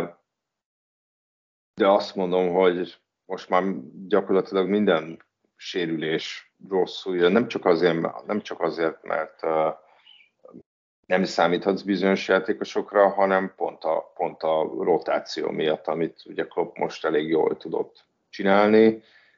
D: de azt mondom, hogy most már gyakorlatilag minden sérülés rosszul jön. Nem csak azért, nem csak azért mert nem számíthatsz bizonyos játékosokra, hanem pont a, pont a rotáció miatt, amit ugye Klopp most elég jól tudott csinálni.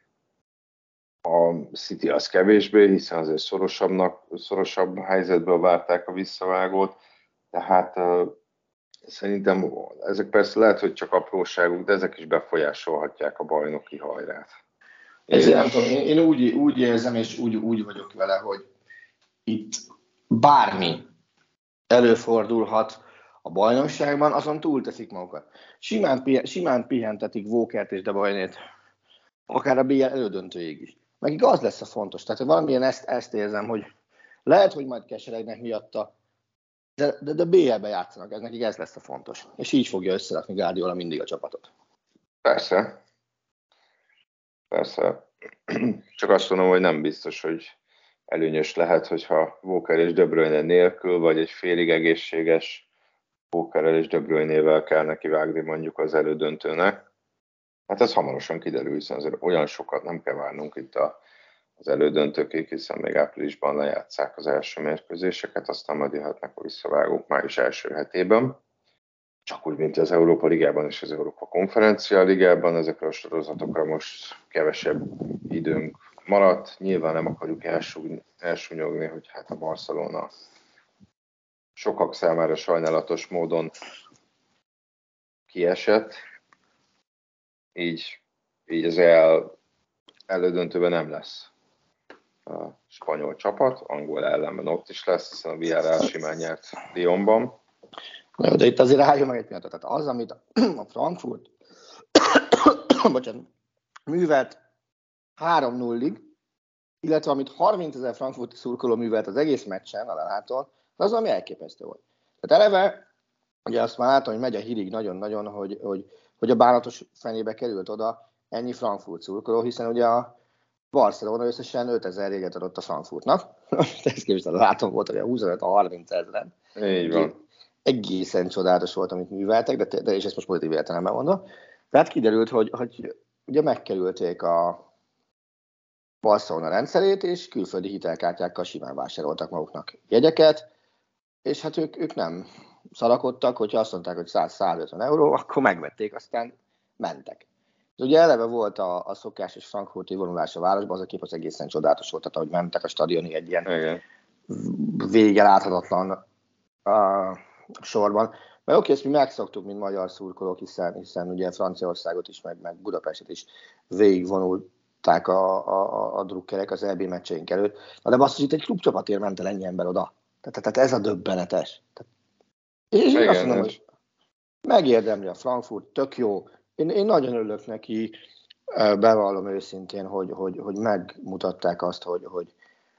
D: A City az kevésbé, hiszen azért szorosabbnak, szorosabb helyzetből várták a visszavágót, tehát uh, szerintem ezek persze lehet, hogy csak apróságok, de ezek is befolyásolhatják a bajnoki hajrát.
E: Ez, nem tudom, én, én úgy, úgy érzem, és úgy, úgy vagyok vele, hogy itt bármi előfordulhat a bajnokságban, azon túlteszik magukat. Simán, simán pihentetik Walkert és De Bruyne-t, akár a bé el elődöntőig is. Nekik az lesz a fontos. Tehát valamilyen ezt, ezt érzem, hogy lehet, hogy majd keseregnek miatta, de, de, de bé el-be játszanak, ez nekik ez lesz a fontos. És így fogja összerakni Guardiola mindig a csapatot.
D: Persze. Persze. Csak azt mondom, hogy nem biztos, hogy előnyös lehet, hogyha Walker és De Bruyne nélkül, vagy egy félig egészséges Walkerrel és De Bruyne-vel kell neki vágni mondjuk az elődöntőnek. Hát ez hamarosan kiderül, hiszen azért olyan sokat nem kell várnunk itt a, az elődöntőkig, hiszen még áprilisban lejátsszák az első mérkőzéseket, aztán majd jöhetnek a visszavágók május első hetében. Csak úgy, mint az Európa Ligában és az Európa Konferencia Ligában, ezekre a sorozatokra most kevesebb időnk maradt. Nyilván nem akarjuk elsúnyogni, hogy hát a Barcelona sokak számára sajnálatos módon kiesett. Így, így az el, elődöntőben nem lesz a spanyol csapat, angol ellenben ott is lesz, hiszen a Villarreal simán nyert Lyonban.
E: Na jó, de itt azért álljon meg egy pillanatot. Tehát az, amit a Frankfurt bocsánat, művelt három nullig, illetve amit harmincezer frankfurti szurkoló művelt az egész meccsen, a Lelától, az ami elképesztő volt. Tehát eleve, ugye azt már látom, hogy megy a hírig nagyon-nagyon, hogy, hogy, hogy a bánatos fenébe került oda ennyi Frankfurt szurkoló, hiszen ugye a Barcelona összesen ötezer réget adott a Frankfurtnak. Ezt képest a Leláton volt, hogy a huszonöt-harminc ezeren.
D: Így van.
E: Egészen csodálatos volt, amit műveltek, de, de és ezt most pozitív értelemben mondom. Tehát kiderült, hogy, hogy ugye megkerülték a Barcelona rendszerét, és külföldi hitelkártyákkal simán vásároltak maguknak jegyeket, és hát ők, ők nem szarakodtak, hogyha azt mondták, hogy száz-százötven euró, akkor megvették, aztán mentek. Ez ugye eleve volt a, a szokásos frankfurti vonulás a városban, az a kép az egészen csodálatos volt, tehát ahogy mentek a stadionig egy ilyen
D: Igen.
E: vége láthatatlan uh, sorban. Mert oké, ezt mi megszoktuk, mint magyar szurkolók, hiszen, hiszen ugye Franciaországot is, meg, meg Budapestet is végigvonulták a, a, a drukkerek az é bé meccseink előtt. Na de basszus, itt egy klubcsapatért ment el ennyi ember oda. Tehát, tehát ez a döbbenetes. Tehát, és én azt mondom, hogy megérdemli a Frankfurt, tök jó. Én, én nagyon örülök neki, bevallom őszintén, hogy, hogy, hogy megmutatták azt, hogy, hogy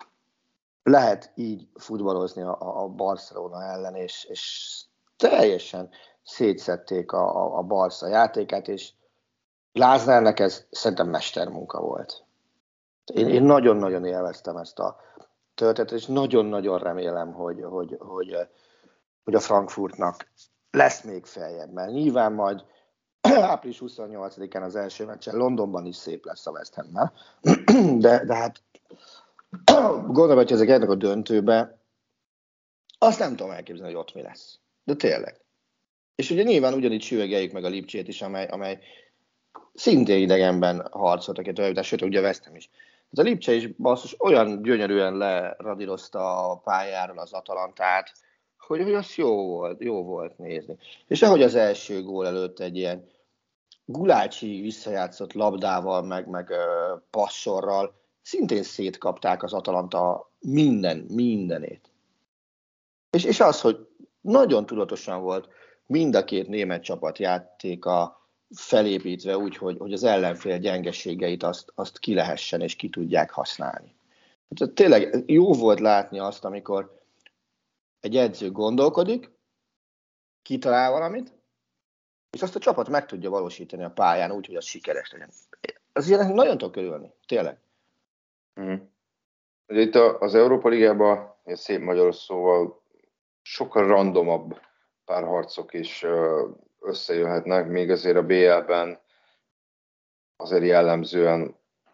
E: lehet így futballozni a, a Barcelona ellen, és, és teljesen szétszedték a, a, a Barca játékát, és Glasnernek ez szerintem mestermunka volt. Én, én nagyon-nagyon élveztem ezt a történetet, és nagyon-nagyon remélem, hogy, hogy, hogy, hogy a Frankfurtnak lesz még feljebb, mert nyilván majd április huszonnyolcadikán az első meccsen Londonban is szép lesz a West Hammel, de, de hát gondolom, hogy ezek ennek a döntőbe, azt nem tudom elképzelni, hogy ott mi lesz. De tényleg. És ugye nyilván ugyanígy süvegeljük meg a Lipcsét is, amely, amely szintén idegenben harcoltak egy továbbítás, sőt, ugye West Ham is. Hát a Lipcse is basszus olyan gyönyörűen leradírozta a pályáról az Atalantát, hogy, hogy az jó volt, jó volt nézni. És ahogy az első gól előtt egy ilyen Gulácsi visszajátszott labdával, meg, meg uh, passorral, szintén szétkapták az Atalanta minden, mindenét. És, és az, hogy nagyon tudatosan volt mind a két német csapat játéka felépítve úgy, hogy, hogy az ellenfél gyengeségeit azt, azt ki lehessen és ki tudják használni. Tehát tényleg jó volt látni azt, amikor egy edző gondolkodik, kitalál valamit, és azt a csapat meg tudja valósítani a pályán úgy, hogy az sikeres legyen. Azért nagyon tudok örülni, tényleg.
D: Mm. Itt az Európa Ligában, szép magyar szóval, sokkal randomabb párharcok is összejöhetnek, még azért a bé el-ben azért jellemzően,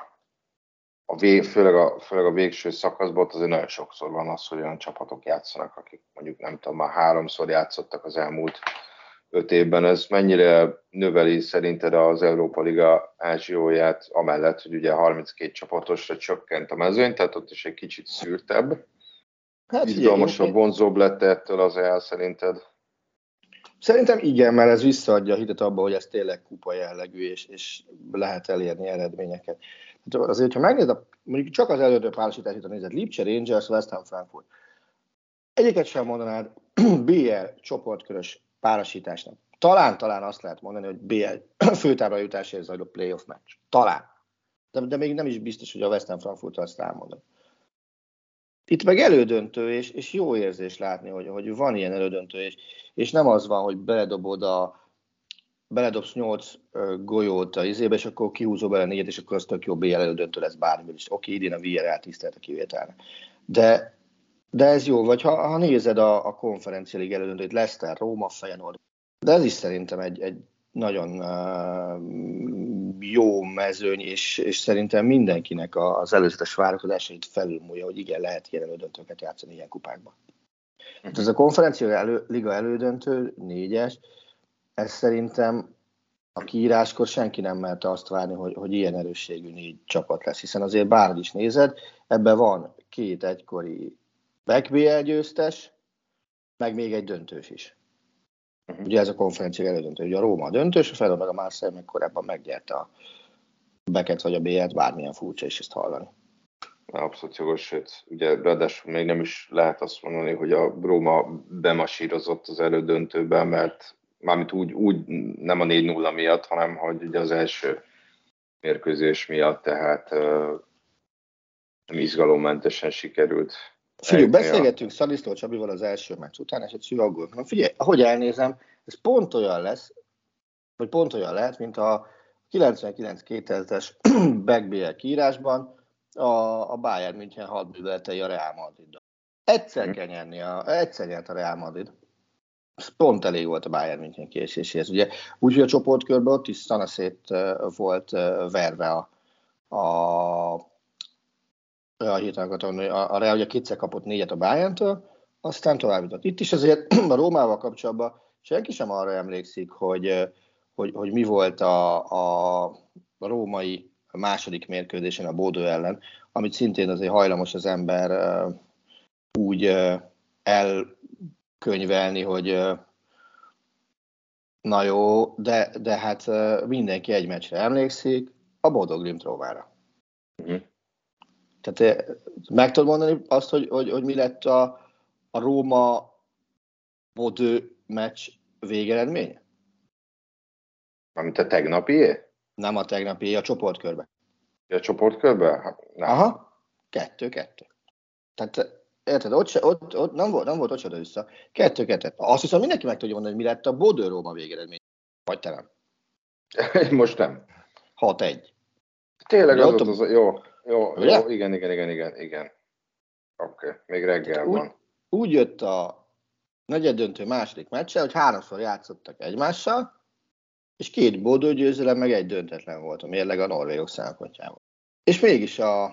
D: a vég, főleg, a, főleg a végső szakaszban azért nagyon sokszor van az, hogy olyan csapatok játszanak, akik mondjuk nem tudom, már háromszor játszottak az elmúlt öt évben. Ez mennyire növeli szerinted az Európa Liga ázsióját, amellett, hogy ugye harminckét csapatosra csökkent a mezőny, tehát ott is egy kicsit szűrtebb. Hát, izgalmasabb, én... vonzóbb lett ettől az el szerinted?
E: Szerintem igen, mert ez visszaadja a hitet abba, hogy ez tényleg kupa jellegű, és, és lehet elérni eredményeket. Hát azért, ha megnézed, mondjuk csak az előző párosítást, ha nézed, Lipcse, Rangers, West Ham, Frankfurt. Egyiket sem mondanád bé el csoportkörös párosításnak. Talán, talán azt lehet mondani, hogy bé el főtábla jutásért zajló playoff meccs. Talán. De, de még nem is biztos, hogy a West Ham Frankfurt azt elmondod. Itt meg elődöntő, és, és jó érzés látni, hogy, hogy van ilyen elődöntő, és, és nem az van, hogy beledobod a, beledobsz nyolc golyót a izébe, és akkor kihúzol bele négyet, és akkor az tök jó bé el elődöntő lesz bármiből is. Oké, idén a Villarreal tisztelt a kivételnek. De, de ez jó, vagy ha, ha nézed a, a konferencia lig elődöntőt, Leicester, Róma, Feyenoord, de ez is szerintem egy, egy nagyon uh, jó mezőny, és, és szerintem mindenkinek az előzetes várakozásait felülmúlja, hogy igen, lehet ilyen elődöntőket játszani ilyen kupákban. Uh-huh. Ez a konferencia elő, liga elődöntő, négyes, ez szerintem a kiíráskor senki nem merte azt várni, hogy, hogy ilyen erősségű négy csapat lesz, hiszen azért bárhogy is nézed, ebben van két egykori back bé el győztes, meg még egy döntős is. Uh-huh. Ugye ez a konferencia elődöntő. Ugye a Róma a döntős, a Feyenoord meg a Marseille meg korábban megnyerte a Beket vagy a bé el-t, bármilyen furcsa is ezt hallani.
D: Abszolút jogos, sőt, ugye ráadásul még nem is lehet azt mondani, hogy a Róma bemasírozott az elődöntőben, mert mármint úgy, úgy nem a négy nulla miatt, hanem hogy ugye az első mérkőzés miatt, tehát uh, nem izgalommentesen sikerült.
E: Figyelj, beszélgettünk a... Szalisztó Csabival az első meccs után, és egy szűaggók. Na figyelj, ahogy elnézem, ez pont olyan lesz, vagy pont olyan lehet, mint a kilencvenkilenc kétezres back bé el kiírásban a, a Bayern München hadműveletei a Real Madriddal. Egyszer kell nyerni, a, egyszer nyert a Real Madrid. Pont elég volt a Bayern München kieséséhez. Ugye úgy, hogy a csoportkörben ott is szanaszét volt verve a, a, a, a, a Real, ugye kétszer kapott négyet a Bayerntől, aztán tovább jutott. Itt is azért a Rómával kapcsolatban senki sem arra emlékszik, hogy, hogy, hogy mi volt a, a, a római második mérkőzésen a Bodø ellen, amit szintén azért hajlamos az ember úgy el könyvelni, hogy na jó, de, de hát mindenki egy meccsre emlékszik, a Bodo Glimt Rómára. Uh-huh. Tehát meg tudod mondani azt, hogy, hogy, hogy mi lett a, a Róma-Bodø meccs végeredménye?
D: Amit a tegnapié?
E: Nem a tegnapié, a csoportkörbe.
D: A csoportkörbe? Hát, nem.
E: Aha, kettő-kettő. Tehát érted, ott, se, ott, ott nem volt, nem volt ott se össze. Kettő-kettő. Azt hiszem, mindenki meg tudja mondani, hogy mi lett a Bodø Róma végeredmény. Vagy te nem?
D: Most nem.
E: hat egy.
D: Tényleg az ott az, az jó, jó,
E: Ugye?
D: jó, igen, igen, igen, igen, igen. Oké, okay. Még reggel
E: úgy,
D: van.
E: Úgy jött a negyeddöntő második meccse, hogy háromszor játszottak egymással, és két Bodø győzelem, meg egy döntetlen volt a mérleg a norvégok szempontjából. És mégis a,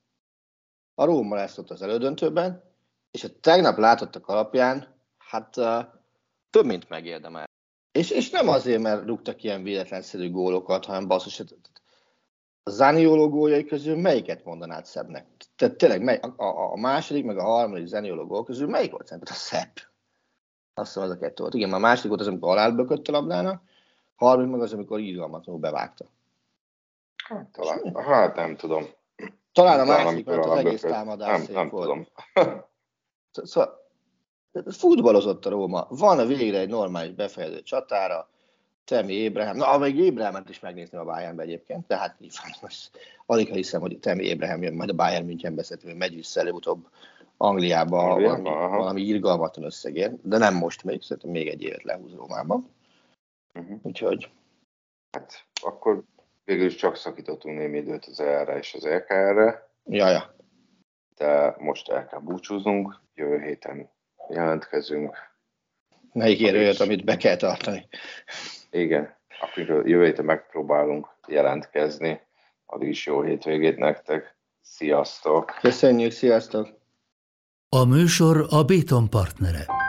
E: a Róma lesz ott az elődöntőben, és a tegnap látottak alapján, hát uh, több mint megérdemel. És, és nem azért, mert rúgtak ilyen véletlenszerű gólokat, hanem basszus, a Zanioló góljai közül melyiket mondanád szebbnek? Tehát tényleg mely, a, a, a második, meg a harmadik Zanioló gól közül melyik volt szerinted a szebb? Azt hiszem, az a kettő volt. Igen, a második volt az, amikor alálbökött a labdának, a harmadik meg az, amikor irgalmatlanul bevágta.
D: Hát, talán, hát nem tudom.
E: Talán a második, mert az egész támadás
D: szép nem, nem
E: volt.
D: tudom.
E: Szóval futballozott a Róma. Van végre egy normális befejező csatára, Tammy Abraham, na, még Abrahamet is megnézném a Bayernbe egyébként, de hát nyilván most alig ha hiszem, hogy Tammy Abraham jön majd a Bayern Münchenbe, szerintem megy vissza előbb-utóbb Angliába, Angliába valami, valami irgalmatlan összegér, de nem most még, szerintem még egy évet lehúz Rómában. Uh-huh. Úgyhogy...
D: Hát akkor végül is csak szakítottunk némi időt az é er-re és az é ká er-re.
E: Jaja.
D: De most el kell búcsúznunk, jövő héten jelentkezünk.
E: Melyik érőjött, amit be kell tartani?
D: Igen, akkor jövő héten megpróbálunk jelentkezni. Addig is jó hétvégét nektek. Sziasztok!
E: Köszönjük, sziasztok!
A: A műsor a Béton partnere.